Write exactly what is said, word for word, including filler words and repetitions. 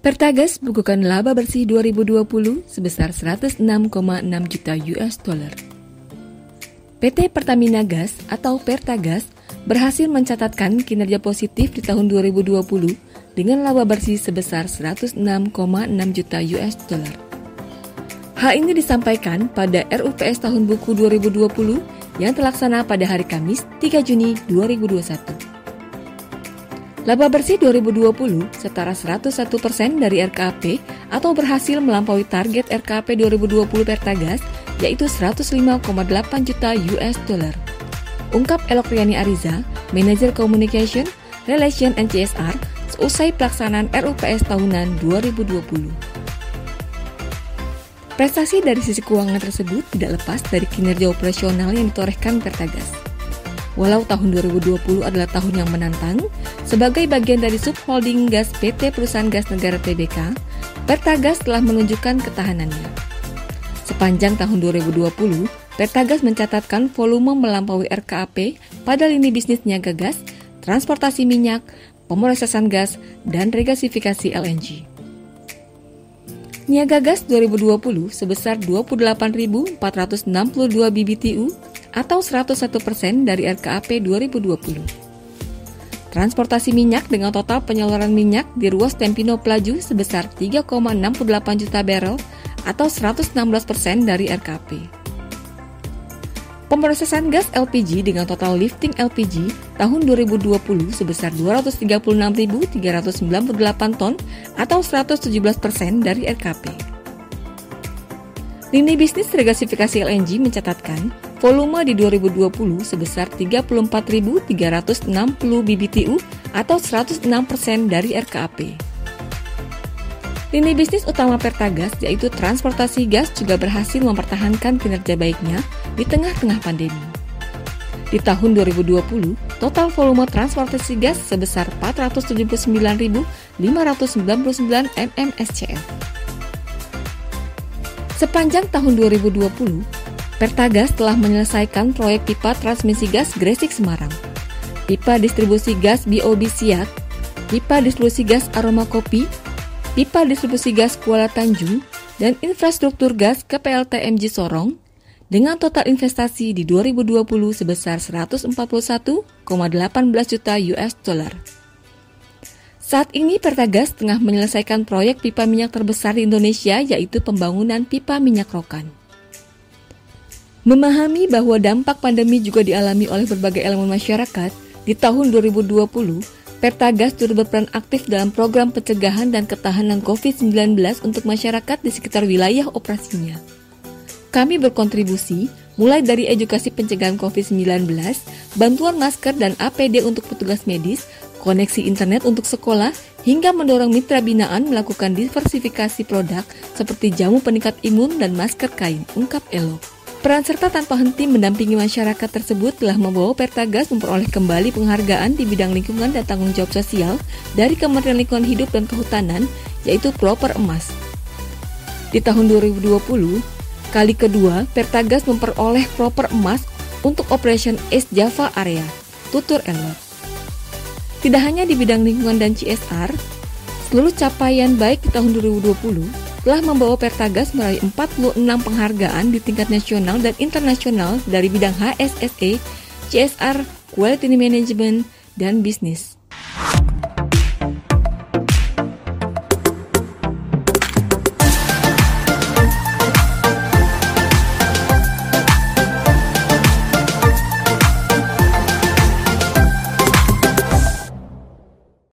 Pertagas bukukan laba bersih dua ribu dua puluh sebesar seratus enam koma enam juta U S dollar. P T Pertamina Gas atau Pertagas berhasil mencatatkan kinerja positif di tahun dua ribu dua puluh dengan laba bersih sebesar seratus enam koma enam juta U S dollar. Hal ini disampaikan pada R U P S tahun buku dua ribu dua puluh yang terlaksana pada hari Kamis tiga Juni dua ribu dua puluh satu. Laba bersih dua ribu dua puluh setara seratus satu persen dari R K A P atau berhasil melampaui target R K A P dua ribu dua puluh Pertagas yaitu seratus lima koma delapan juta U S dollar. Ungkap Elocriani Ariza, Manager Communication, Relation and C S R seusai pelaksanaan R U P S tahunan dua ribu dua puluh. Prestasi dari sisi keuangan tersebut tidak lepas dari kinerja operasional yang ditorehkan Pertagas. Walau tahun dua ribu dua puluh adalah tahun yang menantang, sebagai bagian dari subholding gas P T Perusahaan Gas Negara T B K, Pertagas telah menunjukkan ketahanannya. Sepanjang tahun dua ribu dua puluh, Pertagas mencatatkan volume melampaui R K A P pada lini bisnis niaga gas, transportasi minyak, pemrosesan gas, dan regasifikasi L N G. Niaga gas dua ribu dua puluh sebesar dua puluh delapan ribu empat ratus enam puluh dua B B T U atau seratus satu persen dari R K A P dua ribu dua puluh. Transportasi minyak dengan total penyaluran minyak di ruas Tempino Pelaju sebesar tiga koma enam delapan juta barel atau seratus enam belas persen dari R K A P. Pemrosesan gas L P G dengan total lifting L P G tahun dua ribu dua puluh sebesar dua ratus tiga puluh enam ribu tiga ratus sembilan puluh delapan ton atau seratus tujuh belas persen dari R K A P. Lini bisnis regasifikasi L N G mencatatkan volume di dua ribu dua puluh sebesar tiga puluh empat ribu tiga ratus enam puluh B B T U atau seratus enam persen dari R K A P. Lini bisnis utama Pertagas yaitu transportasi gas juga berhasil mempertahankan kinerja baiknya di tengah-tengah pandemi. Di tahun dua ribu dua puluh, total volume transportasi gas sebesar empat ratus tujuh puluh sembilan ribu lima ratus sembilan puluh sembilan M M S C F. Sepanjang tahun dua ribu dua puluh, Pertagas telah menyelesaikan proyek pipa transmisi gas Gresik Semarang, pipa distribusi gas B O B Siak, pipa distribusi gas Aroma Kopi, pipa distribusi gas Kuala Tanjung, dan infrastruktur gas ke P L T M G Sorong dengan total investasi di dua ribu dua puluh sebesar seratus empat puluh satu koma satu delapan juta U S dollar. Saat ini Pertagas tengah menyelesaikan proyek pipa minyak terbesar di Indonesia yaitu pembangunan pipa minyak Rokan. Memahami bahwa dampak pandemi juga dialami oleh berbagai elemen masyarakat, di tahun dua ribu dua puluh, Pertagas turut berperan aktif dalam program pencegahan dan ketahanan covid sembilan belas untuk masyarakat di sekitar wilayah operasinya. Kami berkontribusi mulai dari edukasi pencegahan covid sembilan belas, bantuan masker dan A P D untuk petugas medis, koneksi internet untuk sekolah, hingga mendorong mitra binaan melakukan diversifikasi produk seperti jamu peningkat imun dan masker kain, ungkap Elo. Peran serta tanpa henti mendampingi masyarakat tersebut telah membawa Pertagas memperoleh kembali penghargaan di bidang lingkungan dan tanggung jawab sosial dari Kementerian Lingkungan Hidup dan Kehutanan, yaitu Proper Emas. Di tahun dua ribu dua puluh, kali kedua Pertagas memperoleh Proper Emas untuk Operation East Java Area, tutur Elo. Tidak hanya di bidang lingkungan dan C S R, seluruh capaian baik di tahun dua ribu dua puluh telah membawa Pertagas meraih empat puluh enam penghargaan di tingkat nasional dan internasional dari bidang H S S E, C S R, Quality Management, dan bisnis.